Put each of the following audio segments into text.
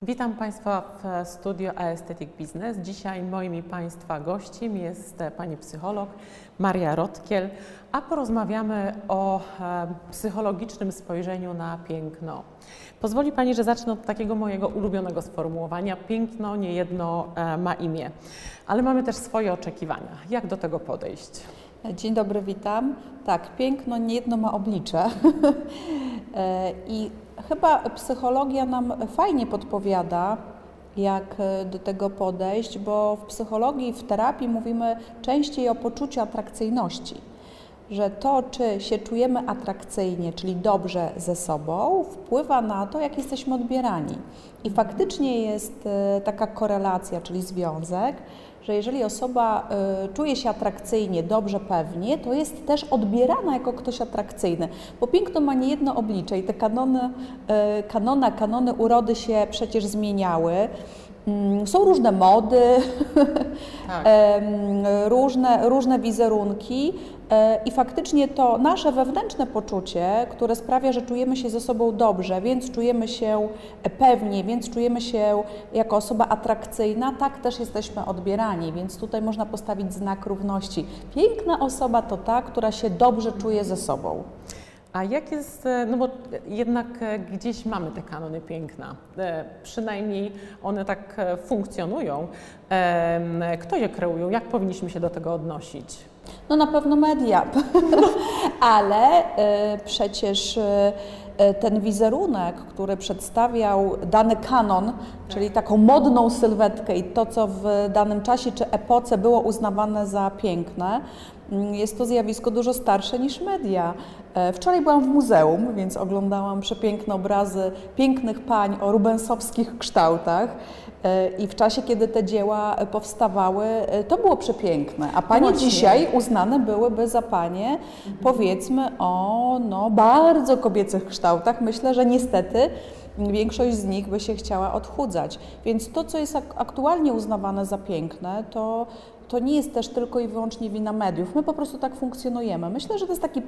Witam Państwa w studio Aesthetic Business. Dzisiaj moim i Państwa gościem jest pani psycholog Maria Rotkiel, a porozmawiamy o psychologicznym spojrzeniu na piękno. Pozwoli Pani, że zacznę od takiego mojego ulubionego sformułowania. Piękno niejedno ma imię, ale mamy też swoje oczekiwania. Jak do tego podejść? Dzień dobry, witam. Tak, piękno niejedno ma oblicze i chyba psychologia nam fajnie podpowiada, jak do tego podejść, bo w psychologii, w terapii mówimy częściej o poczuciu atrakcyjności, że to, czy się czujemy atrakcyjnie, czyli dobrze ze sobą, wpływa na to, jak jesteśmy odbierani. I faktycznie jest taka korelacja, czyli związek, że jeżeli osoba czuje się atrakcyjnie, dobrze, pewnie, to jest też odbierana jako ktoś atrakcyjny, bo piękno ma niejedno oblicze i te kanony urody się przecież zmieniały. Są różne mody, tak. różne wizerunki i faktycznie to nasze wewnętrzne poczucie, które sprawia, że czujemy się ze sobą dobrze, więc czujemy się pewnie, więc czujemy się jako osoba atrakcyjna, tak też jesteśmy odbierani, więc tutaj można postawić znak równości. Piękna osoba to ta, która się dobrze czuje ze sobą. A jak jest, no bo jednak gdzieś mamy te kanony piękna, przynajmniej one tak funkcjonują. Kto je kreują? Jak powinniśmy się do tego odnosić? No na pewno media, ale przecież ten wizerunek, który przedstawiał dany kanon, czyli taką modną sylwetkę i to, co w danym czasie czy epoce było uznawane za piękne, jest to zjawisko dużo starsze niż media. Wczoraj byłam w muzeum, więc oglądałam przepiękne obrazy pięknych pań o rubensowskich kształtach i w czasie, kiedy te dzieła powstawały, to było przepiękne. A panie dzisiaj uznane byłyby za panie, powiedzmy, o bardzo kobiecych kształtach. Myślę, że niestety większość z nich by się chciała odchudzać. Więc to, co jest aktualnie uznawane za piękne, to nie jest też tylko i wyłącznie wina mediów. My po prostu tak funkcjonujemy. Myślę, że to jest taki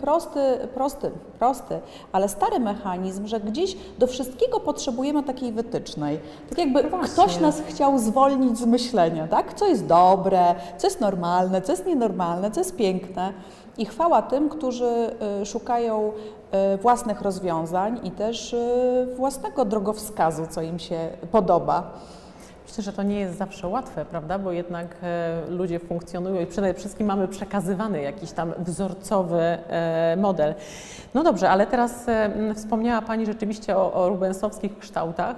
prosty, ale stary mechanizm, że gdzieś do wszystkiego potrzebujemy takiej wytycznej. Tak jakby ktoś nas chciał zwolnić z myślenia, tak? Co jest dobre, co jest normalne, co jest nienormalne, co jest piękne. I chwała tym, którzy szukają własnych rozwiązań i też własnego drogowskazu, co im się podoba. Myślę, że to nie jest zawsze łatwe, prawda, bo jednak ludzie funkcjonują i przede wszystkim mamy przekazywany jakiś tam wzorcowy model. No dobrze, ale teraz wspomniała Pani rzeczywiście o rubensowskich kształtach.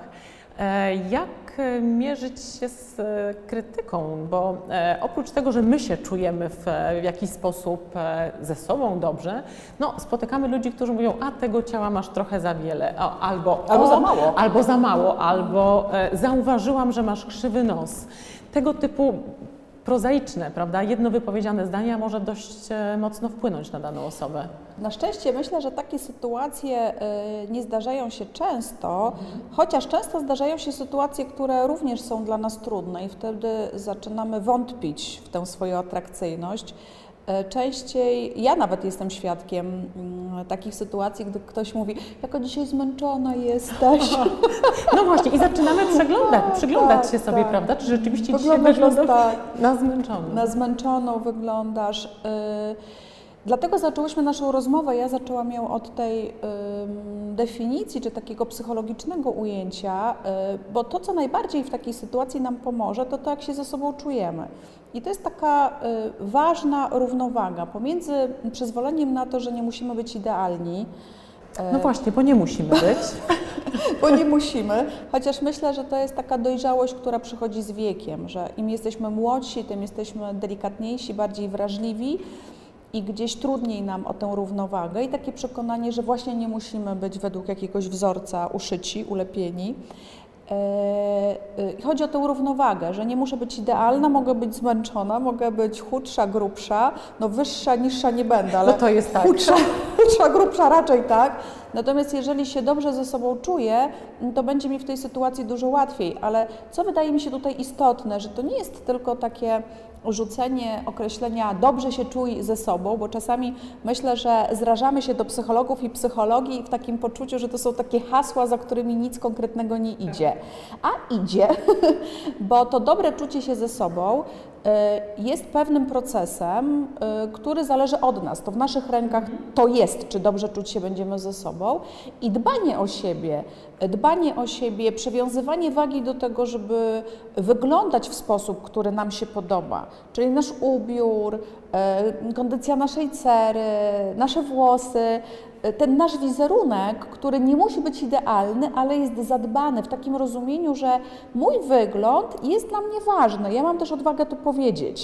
Jak mierzyć się z krytyką? Bo oprócz tego, że my się czujemy w jakiś sposób ze sobą dobrze, no spotykamy ludzi, którzy mówią, a tego ciała masz trochę za wiele, albo za mało, albo zauważyłam, że masz krzywy nos. Tego typu prozaiczne, prawda, jedno wypowiedziane zdanie może dość mocno wpłynąć na daną osobę. Na szczęście myślę, że takie sytuacje nie zdarzają się często, chociaż często zdarzają się sytuacje, które również są dla nas trudne i wtedy zaczynamy wątpić w tę swoją atrakcyjność. Częściej, ja nawet jestem świadkiem takich sytuacji, gdy ktoś mówi, jako dzisiaj zmęczona jesteś. No właśnie i zaczynamy przyglądać się sobie, prawda, czy rzeczywiście dzisiaj wyglądasz na zmęczoną. Na zmęczoną wyglądasz. Dlatego zaczęłyśmy naszą rozmowę, ja zaczęłam ją od tej definicji, czy takiego psychologicznego ujęcia, bo to, co najbardziej w takiej sytuacji nam pomoże, to jak się ze sobą czujemy. I to jest taka ważna równowaga pomiędzy przyzwoleniem na to, że nie musimy być idealni. No właśnie, bo nie musimy być. Bo nie musimy, chociaż myślę, że to jest taka dojrzałość, która przychodzi z wiekiem, że im jesteśmy młodsi, tym jesteśmy delikatniejsi, bardziej wrażliwi i gdzieś trudniej nam o tę równowagę i takie przekonanie, że właśnie nie musimy być według jakiegoś wzorca uszyci, ulepieni. Chodzi o tę równowagę, że nie muszę być idealna, mogę być zmęczona, mogę być chudsza, grubsza, no wyższa, niższa nie będę, ale no to jest tak. chudsza grubsza raczej tak. Natomiast jeżeli się dobrze ze sobą czuję, to będzie mi w tej sytuacji dużo łatwiej. Ale co wydaje mi się tutaj istotne, że to nie jest tylko takie rzucenie określenia dobrze się czuj ze sobą, bo czasami myślę, że zrażamy się do psychologów i psychologii w takim poczuciu, że to są takie hasła, za którymi nic konkretnego nie idzie. A idzie, bo to dobre czucie się ze sobą jest pewnym procesem, który zależy od nas. To w naszych rękach to jest, czy dobrze czuć się będziemy ze sobą. I dbanie o siebie, przywiązywanie wagi do tego, żeby wyglądać w sposób, który nam się podoba, czyli nasz ubiór, kondycja naszej cery, nasze włosy, ten nasz wizerunek, który nie musi być idealny, ale jest zadbany w takim rozumieniu, że mój wygląd jest dla mnie ważny. Ja mam też odwagę to powiedzieć.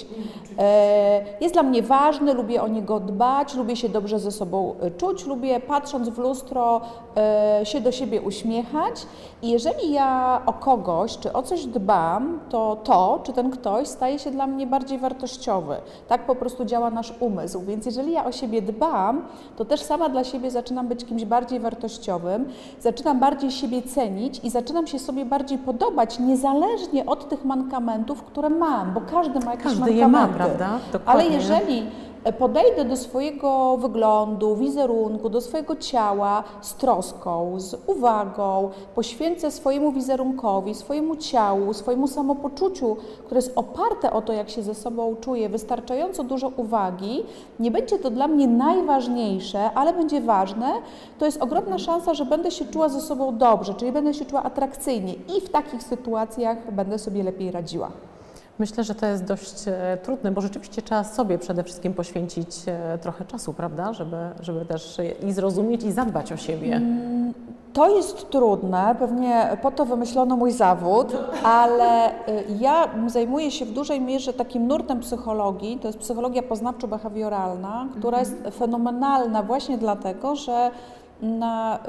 Jest dla mnie ważny, lubię o niego dbać, lubię się dobrze ze sobą czuć, lubię patrząc w lustro się do siebie uśmiechać i jeżeli ja o kogoś czy o coś dbam, to czy ten ktoś staje się dla mnie bardziej wartościowy. Tak po prostu działa nasz umysł, więc jeżeli ja o siebie dbam, to też sama dla siebie zaczynam być kimś bardziej wartościowym, zaczynam bardziej siebie cenić i zaczynam się sobie bardziej podobać, niezależnie od tych mankamentów, które mam, bo każdy ma jakieś Każdy mankamenty. je ma, prawda? Dokładnie. Ale jeżeli podejdę do swojego wyglądu, wizerunku, do swojego ciała z troską, z uwagą, poświęcę swojemu wizerunkowi, swojemu ciału, swojemu samopoczuciu, które jest oparte o to, jak się ze sobą czuję, wystarczająco dużo uwagi, nie będzie to dla mnie najważniejsze, ale będzie ważne, to jest ogromna szansa, że będę się czuła ze sobą dobrze, czyli będę się czuła atrakcyjnie i w takich sytuacjach będę sobie lepiej radziła. Myślę, że to jest dość trudne, bo rzeczywiście trzeba sobie przede wszystkim poświęcić trochę czasu, prawda, żeby też i zrozumieć i zadbać o siebie. To jest trudne, pewnie po to wymyślono mój zawód, ale ja zajmuję się w dużej mierze takim nurtem psychologii, to jest psychologia poznawczo-behawioralna, która jest fenomenalna właśnie dlatego, że na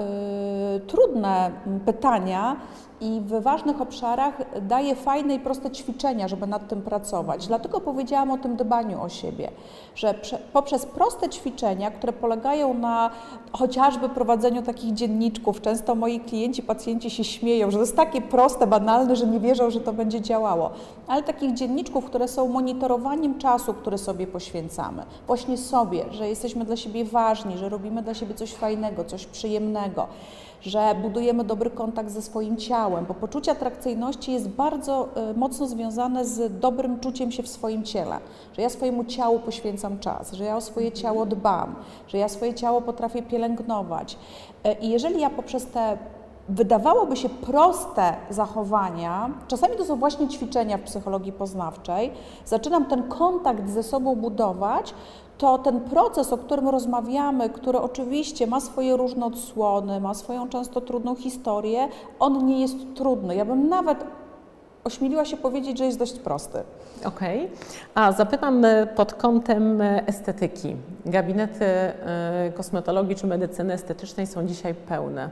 trudne pytania i w ważnych obszarach daje fajne i proste ćwiczenia, żeby nad tym pracować. Dlatego powiedziałam o tym dbaniu o siebie, że poprzez proste ćwiczenia, które polegają na chociażby prowadzeniu takich dzienniczków, często moi klienci, pacjenci się śmieją, że to jest takie proste, banalne, że nie wierzą, że to będzie działało, ale takich dzienniczków, które są monitorowaniem czasu, który sobie poświęcamy, właśnie sobie, że jesteśmy dla siebie ważni, że robimy dla siebie coś fajnego, coś przyjemnego, że budujemy dobry kontakt ze swoim ciałem, bo poczucie atrakcyjności jest bardzo mocno związane z dobrym czuciem się w swoim ciele, że ja swojemu ciału poświęcam czas, że ja o swoje ciało dbam, że ja swoje ciało potrafię pielęgnować. I jeżeli ja poprzez te wydawałoby się proste zachowania, czasami to są właśnie ćwiczenia w psychologii poznawczej, zaczynam ten kontakt ze sobą budować, to ten proces, o którym rozmawiamy, który oczywiście ma swoje różne odsłony, ma swoją często trudną historię, on nie jest trudny. Ja bym nawet ośmieliła się powiedzieć, że jest dość prosty. Okej. A zapytam pod kątem estetyki. Gabinety kosmetologii czy medycyny estetycznej są dzisiaj pełne.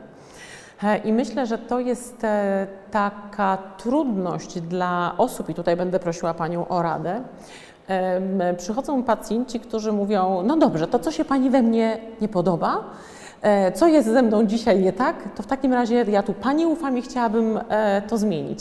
I myślę, że to jest taka trudność dla osób, i tutaj będę prosiła Panią o radę. Przychodzą pacjenci, którzy mówią, no dobrze, to co się Pani we mnie nie podoba, co jest ze mną dzisiaj nie tak, to w takim razie ja tu Pani ufam i chciałabym to zmienić.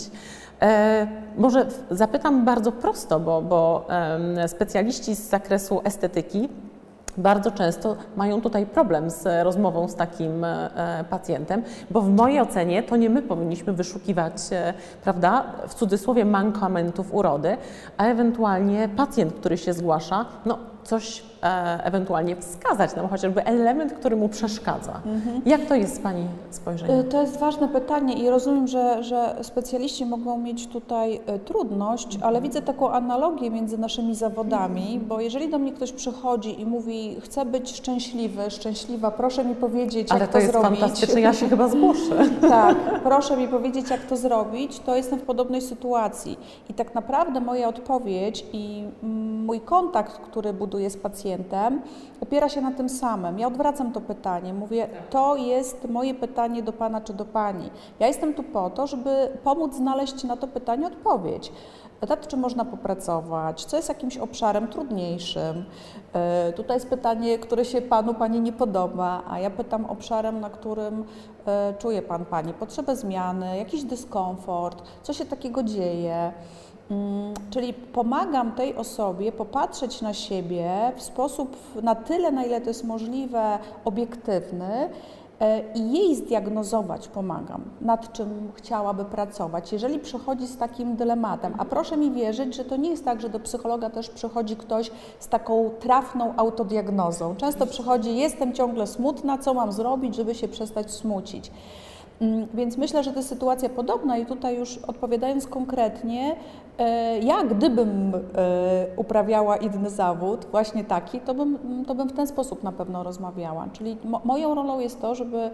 Może zapytam bardzo prosto, bo specjaliści z zakresu estetyki bardzo często mają tutaj problem z rozmową z takim pacjentem, bo w mojej ocenie to nie my powinniśmy wyszukiwać, prawda, w cudzysłowie mankamentów urody, a ewentualnie pacjent, który się zgłasza, no coś ewentualnie wskazać nam, chociażby element, który mu przeszkadza. Jak to jest z Pani spojrzeniem? To jest ważne pytanie i rozumiem, że specjaliści mogą mieć tutaj trudność, ale widzę taką analogię między naszymi zawodami, bo jeżeli do mnie ktoś przychodzi i mówi, chcę być szczęśliwy, szczęśliwa, proszę mi powiedzieć, jak to zrobić. Ale to jest fantastyczne, ja się chyba zgłoszę. Tak, proszę mi powiedzieć, jak to zrobić, to jestem w podobnej sytuacji. I tak naprawdę moja odpowiedź i mój kontakt, który buduję z pacjentem, opiera się na tym samym. Ja odwracam to pytanie, mówię, to jest moje pytanie do Pana czy do Pani. Ja jestem tu po to, żeby pomóc znaleźć na to pytanie odpowiedź. nad czym można popracować, co jest jakimś obszarem trudniejszym. Tutaj jest pytanie, które się Panu, Pani nie podoba, a ja pytam obszarem, na którym czuje Pan, Pani potrzebę zmiany, jakiś dyskomfort, co się takiego dzieje. Czyli pomagam tej osobie popatrzeć na siebie w sposób na tyle, na ile to jest możliwe, obiektywny i jej zdiagnozować pomagam, nad czym chciałaby pracować, jeżeli przychodzi z takim dylematem. A proszę mi wierzyć, że to nie jest tak, że do psychologa też przychodzi ktoś z taką trafną autodiagnozą. Często przychodzi, jestem ciągle smutna, co mam zrobić, żeby się przestać smucić. Więc myślę, że to jest sytuacja podobna i tutaj już odpowiadając konkretnie, ja gdybym uprawiała inny zawód, właśnie taki, to bym w ten sposób na pewno rozmawiała. Czyli moją rolą jest to, żeby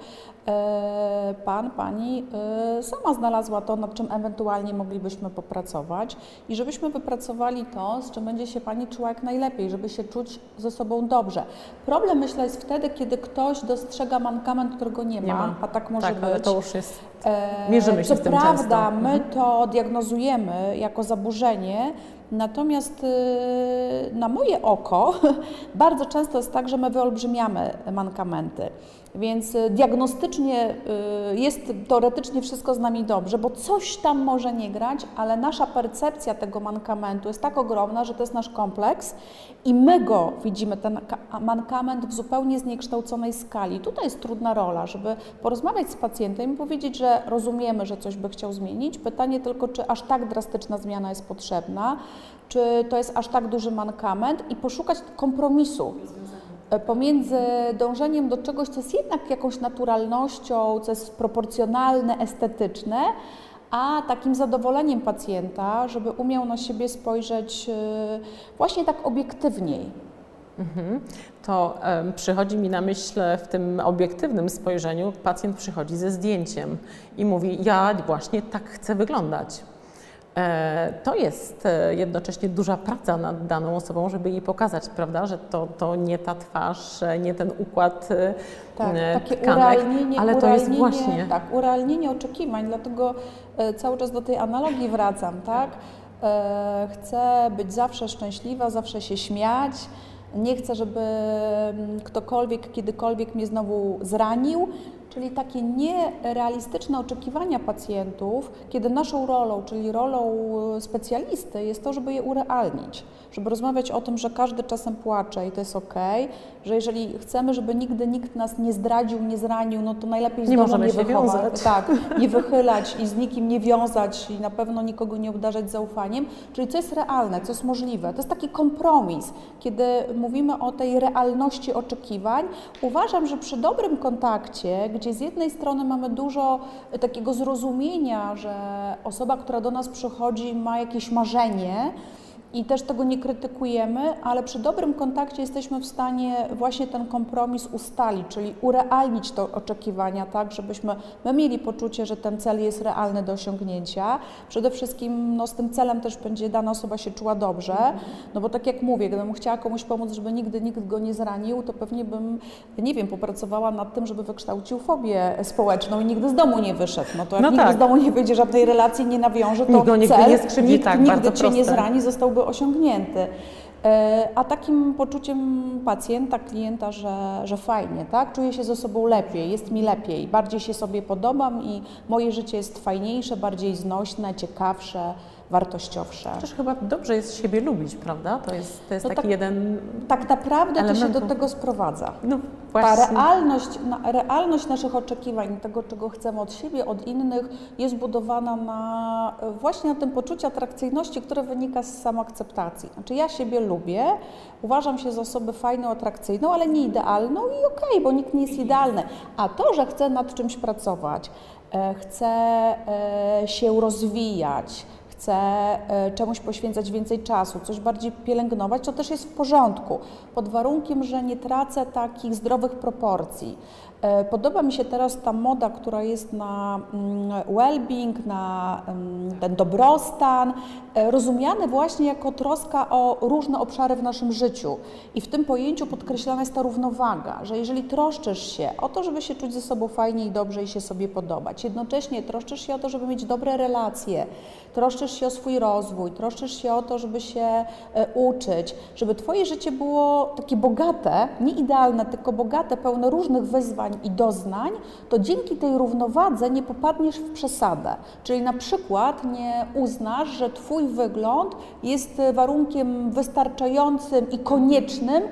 Pan, Pani sama znalazła to, nad czym ewentualnie moglibyśmy popracować i żebyśmy wypracowali to, z czym będzie się Pani czuła jak najlepiej, żeby się czuć ze sobą dobrze. Problem, myślę, jest wtedy, kiedy ktoś dostrzega mankament, którego nie ma, a tak może być. Ale to już jest, mierzymy się z tym prawda, często. my to diagnozujemy jako zaburzenie, natomiast na moje oko bardzo często jest tak, że my wyolbrzymiamy mankamenty. Więc diagnostycznie jest teoretycznie wszystko z nami dobrze, bo coś tam może nie grać, ale nasza percepcja tego mankamentu jest tak ogromna, że to jest nasz kompleks i my go widzimy, ten mankament w zupełnie zniekształconej skali. Tutaj jest trudna rola, żeby porozmawiać z pacjentem i powiedzieć, że rozumiemy, że coś by chciał zmienić. Pytanie tylko, czy aż tak drastyczna zmiana jest potrzebna, czy to jest aż tak duży mankament i poszukać kompromisu pomiędzy dążeniem do czegoś, co jest jednak jakąś naturalnością, co jest proporcjonalne, estetyczne, a takim zadowoleniem pacjenta, żeby umiał na siebie spojrzeć właśnie tak obiektywniej. To przychodzi mi na myśl w tym obiektywnym spojrzeniu, pacjent przychodzi ze zdjęciem i mówi, ja właśnie tak chcę wyglądać. To jest jednocześnie duża praca nad daną osobą, żeby jej pokazać, prawda, że to nie ta twarz, nie ten układ takie tkanek, ale to jest właśnie... Tak, urealnienie oczekiwań, dlatego cały czas do tej analogii wracam, tak? Chcę być zawsze szczęśliwa, zawsze się śmiać, nie chcę, żeby ktokolwiek, kiedykolwiek mnie znowu zranił, czyli takie nierealistyczne oczekiwania pacjentów, kiedy naszą rolą, czyli rolą specjalisty jest to, żeby je urealnić, żeby rozmawiać o tym, że każdy czasem płacze i to jest okej, że jeżeli chcemy, żeby nigdy nikt nas nie zdradził, nie zranił, no to najlepiej z domu nie wychować, tak, nie wychylać i z nikim nie wiązać i na pewno nikogo nie obdarzać zaufaniem, czyli co jest realne, co jest możliwe. To jest taki kompromis, kiedy mówimy o tej realności oczekiwań. Uważam, że przy dobrym kontakcie, gdzie z jednej strony mamy dużo takiego zrozumienia, że osoba, która do nas przychodzi, ma jakieś marzenie i też tego nie krytykujemy, ale przy dobrym kontakcie jesteśmy w stanie właśnie ten kompromis ustalić, czyli urealnić te oczekiwania, tak, żebyśmy my mieli poczucie, że ten cel jest realny do osiągnięcia. Przede wszystkim no, z tym celem też będzie dana osoba się czuła dobrze, no bo tak jak mówię, gdybym chciała komuś pomóc, żeby nigdy nikt go nie zranił, to pewnie bym, nie wiem, popracowała nad tym, żeby wykształcił fobię społeczną i nigdy z domu nie wyszedł. No to jak nigdy z domu nie wyjdzie, żadnej relacji nie nawiąże, to nigdy cel, nie skrzywdzi, nikt tak, nigdy Cię nie zrani, zostałby osiągnięty. A takim poczuciem pacjenta, klienta, że fajnie, tak? Czuję się ze sobą lepiej, jest mi lepiej, bardziej się sobie podobam i moje życie jest fajniejsze, bardziej znośne, ciekawsze, wartościowsze. Też chyba dobrze jest siebie lubić, prawda? To jest no taki jeden tak naprawdę elementu. To się do tego sprowadza. No, właśnie. Ta realność naszych oczekiwań, tego, czego chcemy od siebie, od innych, jest budowana właśnie na tym poczuciu atrakcyjności, które wynika z samoakceptacji. Znaczy ja siebie lubię, uważam się za osobę fajną, atrakcyjną, ale nie idealną i okej, bo nikt nie jest idealny. A to, że chcę nad czymś pracować, chcę się rozwijać, chcę czemuś poświęcać więcej czasu, coś bardziej pielęgnować, to też jest w porządku, pod warunkiem, że nie tracę takich zdrowych proporcji. Podoba mi się teraz ta moda, która jest na well-being, na ten dobrostan, rozumiany właśnie jako troska o różne obszary w naszym życiu. I w tym pojęciu podkreślana jest ta równowaga, że jeżeli troszczysz się o to, żeby się czuć ze sobą fajnie i dobrze i się sobie podobać, jednocześnie troszczysz się o to, żeby mieć dobre relacje, troszczysz się o swój rozwój, troszczysz się o to, żeby się uczyć, żeby Twoje życie było takie bogate, nie idealne, tylko bogate, pełne różnych wyzwań i doznań, to dzięki tej równowadze nie popadniesz w przesadę. Czyli na przykład nie uznasz, że Twój wygląd jest warunkiem wystarczającym i koniecznym,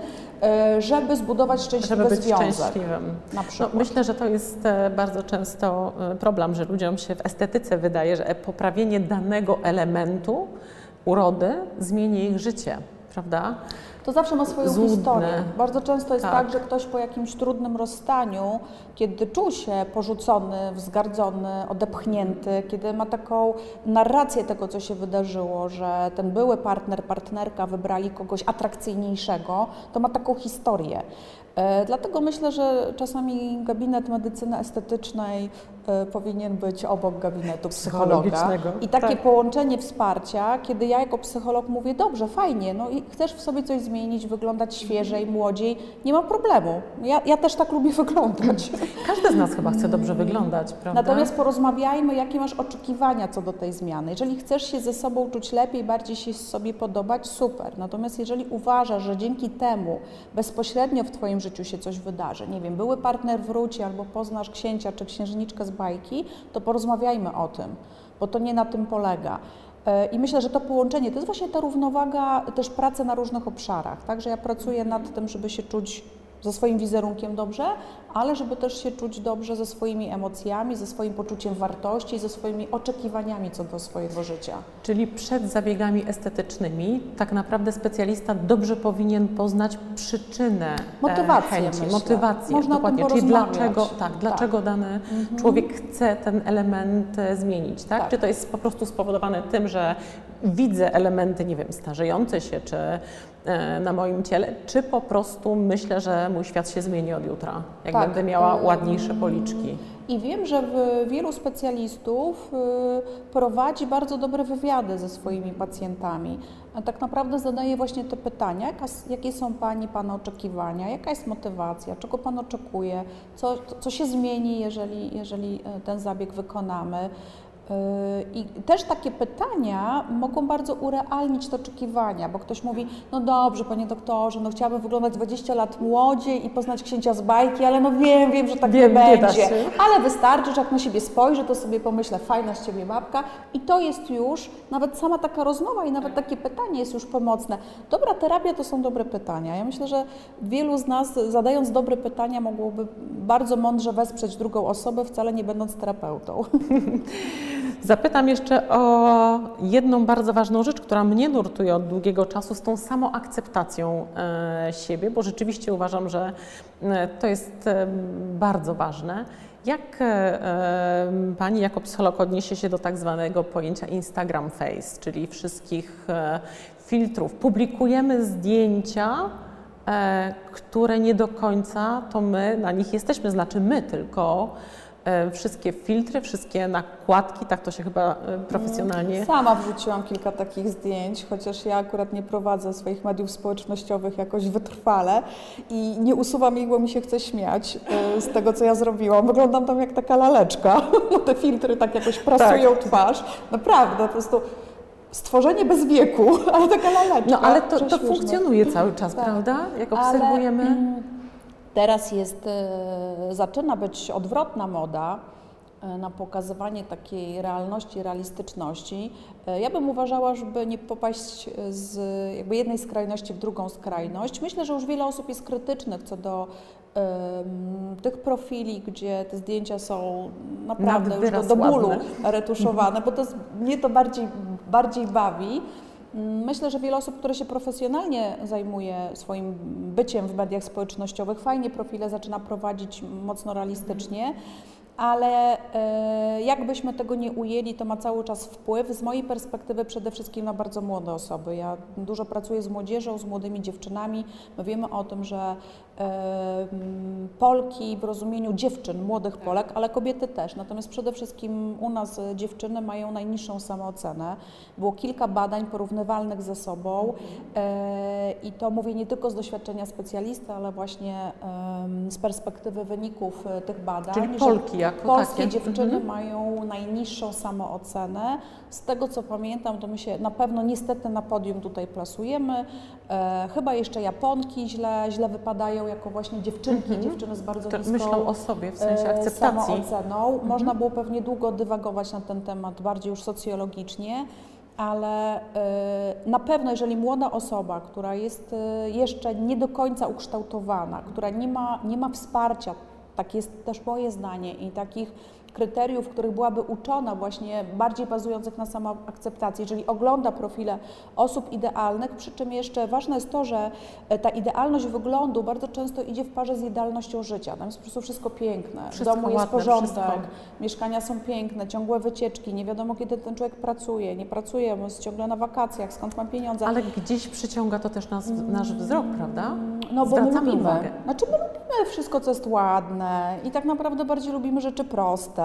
żeby zbudować szczęśliwy żeby być związek. Szczęśliwym. Na przykład. Myślę, że to jest bardzo często problem, że ludziom się w estetyce wydaje, że poprawienie danego elementu urody zmieni ich życie, prawda? To zawsze ma swoją Złudne. historię. Bardzo często jest Tak. tak, że ktoś po jakimś trudnym rozstaniu, kiedy czuł się porzucony, wzgardzony, odepchnięty, kiedy ma taką narrację tego, co się wydarzyło, że ten były partner, partnerka wybrali kogoś atrakcyjniejszego, to ma taką historię. Dlatego myślę, że czasami gabinet medycyny estetycznej powinien być obok gabinetu psychologa. I takie połączenie wsparcia, kiedy ja jako psycholog mówię, dobrze, fajnie, no i chcesz w sobie coś zmienić, wyglądać świeżej, młodziej, nie ma problemu. Ja też tak lubię wyglądać. Każdy z nas chyba chce dobrze wyglądać, prawda? Natomiast porozmawiajmy, jakie masz oczekiwania co do tej zmiany. Jeżeli chcesz się ze sobą czuć lepiej, bardziej się sobie podobać, super. Natomiast jeżeli uważasz, że dzięki temu bezpośrednio w Twoim życiu się coś wydarzy, nie wiem, były partner wróci albo poznasz księcia czy księżniczkę z bajki, to porozmawiajmy o tym, bo to nie na tym polega. I myślę, że to połączenie, to jest właśnie ta równowaga też pracy na różnych obszarach, tak, że ja pracuję nad tym, żeby się czuć ze swoim wizerunkiem dobrze, ale żeby też się czuć dobrze ze swoimi emocjami, ze swoim poczuciem wartości, ze swoimi oczekiwaniami co do swojego życia. Czyli przed zabiegami estetycznymi tak naprawdę specjalista dobrze powinien poznać przyczynę chęci, motywację. Można dokładnie. o tym Czyli porozmawiać. dlaczego dany człowiek chce ten element zmienić, tak? Czy to jest po prostu spowodowane tym, że widzę elementy, nie wiem, starzejące się, czy na moim ciele, czy po prostu myślę, że mój świat się zmieni od jutra, jak będę miała ładniejsze policzki. I wiem, że wielu specjalistów prowadzi bardzo dobre wywiady ze swoimi pacjentami. A tak naprawdę zadaje właśnie te pytania, jakie są Pana oczekiwania, jaka jest motywacja, czego Pan oczekuje, co się zmieni, jeżeli ten zabieg wykonamy. I też takie pytania mogą bardzo urealnić te oczekiwania, bo ktoś mówi, no dobrze, panie doktorze, no chciałabym wyglądać 20 lat młodziej i poznać księcia z bajki, ale no wiem, że tak nie będzie. Ale wystarczy, że jak na siebie spojrzę, to sobie pomyślę, fajna z ciebie babka i to jest już, nawet sama taka rozmowa i nawet takie pytanie jest już pomocne. Dobra terapia to są dobre pytania. Ja myślę, że wielu z nas, zadając dobre pytania, mogłoby bardzo mądrze wesprzeć drugą osobę, wcale nie będąc terapeutą. Zapytam jeszcze o jedną bardzo ważną rzecz, która mnie nurtuje od długiego czasu, z tą samoakceptacją siebie, bo rzeczywiście uważam, że to jest bardzo ważne. Jak Pani jako psycholog odniesie się do tak zwanego pojęcia Instagram face, czyli wszystkich filtrów? Publikujemy zdjęcia, które nie do końca to my na nich jesteśmy, znaczy my, tylko wszystkie filtry, wszystkie nakładki, tak to się chyba profesjonalnie... Sama wrzuciłam kilka takich zdjęć, chociaż ja akurat nie prowadzę swoich mediów społecznościowych jakoś wytrwale i nie usuwam ich, bo mi się chce śmiać z tego, co ja zrobiłam. Wyglądam tam jak taka laleczka, bo te filtry tak jakoś prasują twarz. Naprawdę, po prostu stworzenie bez wieku, ale taka laleczka. No ale to funkcjonuje cały czas, prawda? Jak obserwujemy... Teraz zaczyna być odwrotna moda na pokazywanie takiej realności, realistyczności. Ja bym uważała, żeby nie popaść z jakby jednej skrajności w drugą skrajność. Myślę, że już wiele osób jest krytycznych co do tych profili, gdzie te zdjęcia są naprawdę już do bólu retuszowane, bo mnie to bardziej bawi. Myślę, że wiele osób, które się profesjonalnie zajmuje swoim byciem w mediach społecznościowych, fajnie profile zaczyna prowadzić mocno realistycznie, ale jakbyśmy tego nie ujęli, to ma cały czas wpływ. Z mojej perspektywy przede wszystkim na bardzo młode osoby. Ja dużo pracuję z młodzieżą, z młodymi dziewczynami. My wiemy o tym, że Polki w rozumieniu dziewczyn, młodych Polek, ale kobiety też. Natomiast przede wszystkim u nas dziewczyny mają najniższą samoocenę. Było kilka badań porównywalnych ze sobą i to mówię nie tylko z doświadczenia specjalisty, ale właśnie z perspektywy wyników tych badań. Czyli Polki jako polskie takie. dziewczyny mają najniższą samoocenę. Z tego co pamiętam, to my się na pewno niestety na podium tutaj plasujemy. Chyba jeszcze Japonki źle wypadają jako właśnie dziewczynki, dziewczyny z bardzo niską myślą o sobie w sensie akceptacji. Samooceną. Można było pewnie długo dywagować na ten temat, bardziej już socjologicznie, ale na pewno jeżeli młoda osoba, która jest jeszcze nie do końca ukształtowana, która nie ma wsparcia, tak jest też moje zdanie, i takich kryteriów, w których byłaby uczona właśnie bardziej bazujących na samoakceptacji, jeżeli ogląda profile osób idealnych, przy czym jeszcze ważne jest to, że ta idealność wyglądu bardzo często idzie w parze z idealnością życia. Tam jest po prostu wszystko piękne, w domu jest porządek, mieszkania są piękne, ciągłe wycieczki, nie wiadomo kiedy ten człowiek pracuje, nie pracuje, bo jest ciągle na wakacjach, skąd ma pieniądze. Ale gdzieś przyciąga to też nasz wzrok, prawda? No bo my lubimy. Uwagę. Znaczy my lubimy wszystko, co jest ładne i tak naprawdę bardziej lubimy rzeczy proste.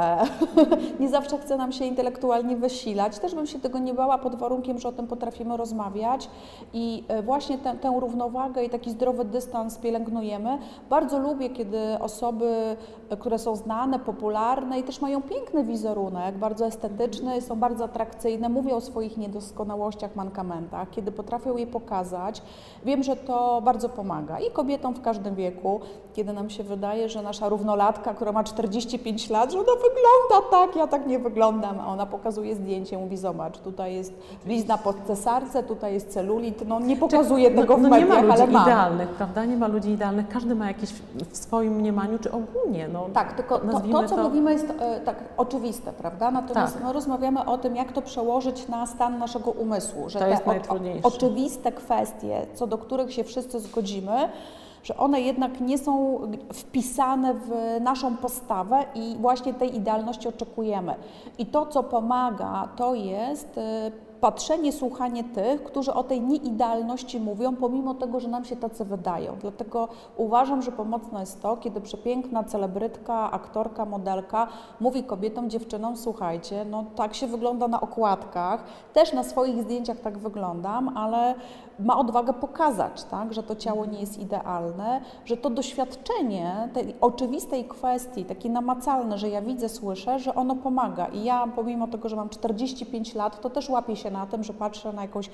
Nie zawsze chce nam się intelektualnie wysilać. Też bym się tego nie bała pod warunkiem, że o tym potrafimy rozmawiać i właśnie tę równowagę i taki zdrowy dystans pielęgnujemy. Bardzo lubię, kiedy osoby, które są znane, popularne i też mają piękny wizerunek, bardzo estetyczny, są bardzo atrakcyjne, mówią o swoich niedoskonałościach, mankamentach, kiedy potrafią je pokazać. Wiem, że to bardzo pomaga i kobietom w każdym wieku, kiedy nam się wydaje, że nasza równolatka, która ma 45 lat, że ona wygląda tak, ja tak nie wyglądam, a ona pokazuje zdjęcie, mówi zobacz, tutaj jest blizna pod cesarce, tutaj jest celulit, no nie pokazuje tego w mediach, nie ma ludzi ale mam. idealnych, prawda? Nie ma ludzi idealnych, każdy ma jakieś w swoim mniemaniu, czy ogólnie, no. Tak, tylko to co mówimy jest tak oczywiste, prawda? Natomiast my rozmawiamy o tym, jak to przełożyć na stan naszego umysłu, że to te jest najtrudniejsze. oczywiste kwestie, co do których się wszyscy zgodzimy, że one jednak nie są wpisane w naszą postawę i właśnie tej idealności oczekujemy. I to, co pomaga, to jest patrzenie, słuchanie tych, którzy o tej nieidealności mówią, pomimo tego, że nam się tacy wydają. Dlatego uważam, że pomocne jest to, kiedy przepiękna celebrytka, aktorka, modelka mówi kobietom, dziewczynom, słuchajcie, no tak się wygląda na okładkach, też na swoich zdjęciach tak wyglądam, ale ma odwagę pokazać, tak, że to ciało nie jest idealne, że to doświadczenie tej oczywistej kwestii, takie namacalne, że ja widzę, słyszę, że ono pomaga. I ja, pomimo tego, że mam 45 lat, to też łapię się na tym, że patrzę na jakąś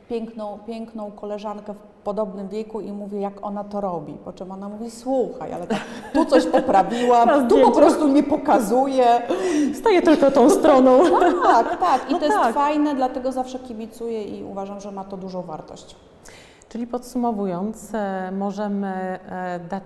piękną koleżankę w podobnym wieku i mówię, jak ona to robi. Po czym ona mówi, słuchaj, ale tak, tu coś poprawiłam, tu po prostu nie pokazuję. Staję tylko tą stroną. Tak. I to jest fajne, dlatego zawsze kibicuję i uważam, że ma to dużą wartość. Czyli podsumowując, możemy dać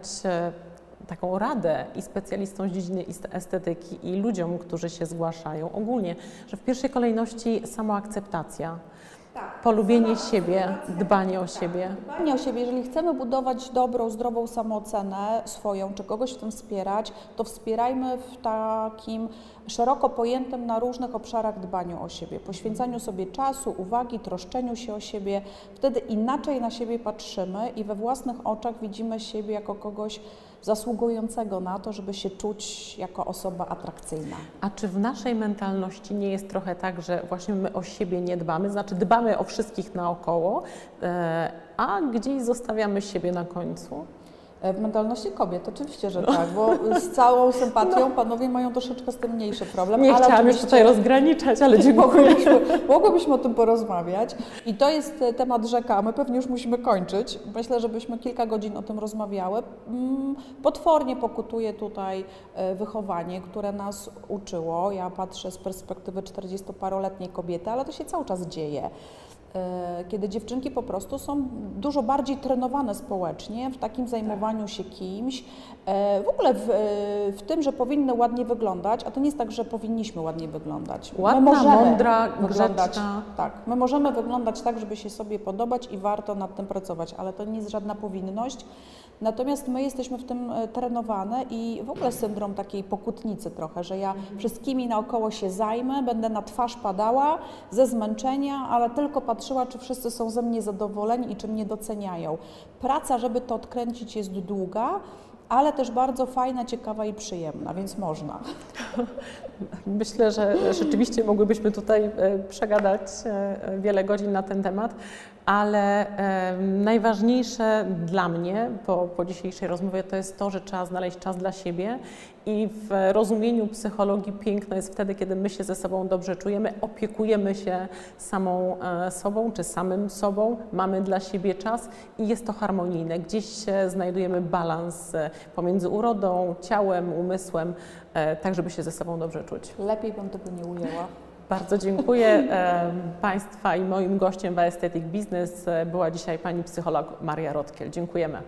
taką radę i specjalistom z dziedziny estetyki i ludziom, którzy się zgłaszają ogólnie, że w pierwszej kolejności samoakceptacja, polubienie siebie, dbanie o siebie. Dbanie o siebie. Jeżeli chcemy budować dobrą, zdrową samoocenę swoją, czy kogoś w tym wspierać, to wspierajmy w takim szeroko pojętym na różnych obszarach dbaniu o siebie, poświęcaniu sobie czasu, uwagi, troszczeniu się o siebie. Wtedy inaczej na siebie patrzymy i we własnych oczach widzimy siebie jako kogoś zasługującego na to, żeby się czuć jako osoba atrakcyjna. A czy w naszej mentalności nie jest trochę tak, że właśnie my o siebie nie dbamy, znaczy dbamy o wszystkich naokoło, a gdzieś zostawiamy siebie na końcu? W mentalności kobiet oczywiście, że tak, bo z całą sympatią panowie mają troszeczkę z tym mniejszy problem. Nie chciałam już tutaj rozgraniczać, ale dziękuję. Mogłybyśmy o tym porozmawiać i to jest temat rzeka, a my pewnie już musimy kończyć. Myślę, żebyśmy kilka godzin o tym rozmawiały. Potwornie pokutuje tutaj wychowanie, które nas uczyło. Ja patrzę z perspektywy 40-paroletniej kobiety, ale to się cały czas dzieje. Kiedy dziewczynki po prostu są dużo bardziej trenowane społecznie w takim zajmowaniu się kimś, w ogóle w tym, że powinny ładnie wyglądać, a to nie jest tak, że powinniśmy ładnie wyglądać. Ładna, mądra, grzeczna. Tak, my możemy wyglądać tak, żeby się sobie podobać i warto nad tym pracować, ale to nie jest żadna powinność, Natomiast my jesteśmy w tym trenowane i w ogóle syndrom takiej pokutnicy trochę, że ja wszystkimi naokoło się zajmę, będę na twarz padała ze zmęczenia, ale tylko patrzyła, czy wszyscy są ze mnie zadowoleni i czy mnie doceniają. Praca, żeby to odkręcić, jest długa, ale też bardzo fajna, ciekawa i przyjemna, więc można. Myślę, że rzeczywiście mogłybyśmy tutaj przegadać wiele godzin na ten temat, ale najważniejsze dla mnie po dzisiejszej rozmowie to jest to, że trzeba znaleźć czas dla siebie i w rozumieniu psychologii piękno jest wtedy, kiedy my się ze sobą dobrze czujemy, opiekujemy się samą sobą czy samym sobą, mamy dla siebie czas i jest to harmonijne. Gdzieś znajdujemy balans pomiędzy urodą, ciałem, umysłem, tak żeby się ze sobą dobrze czuć. Lepiej bym tego nie ujęła. Bardzo dziękuję Państwa i moim gościem w Aesthetic Business była dzisiaj pani psycholog Maria Rotkiel. Dziękujemy.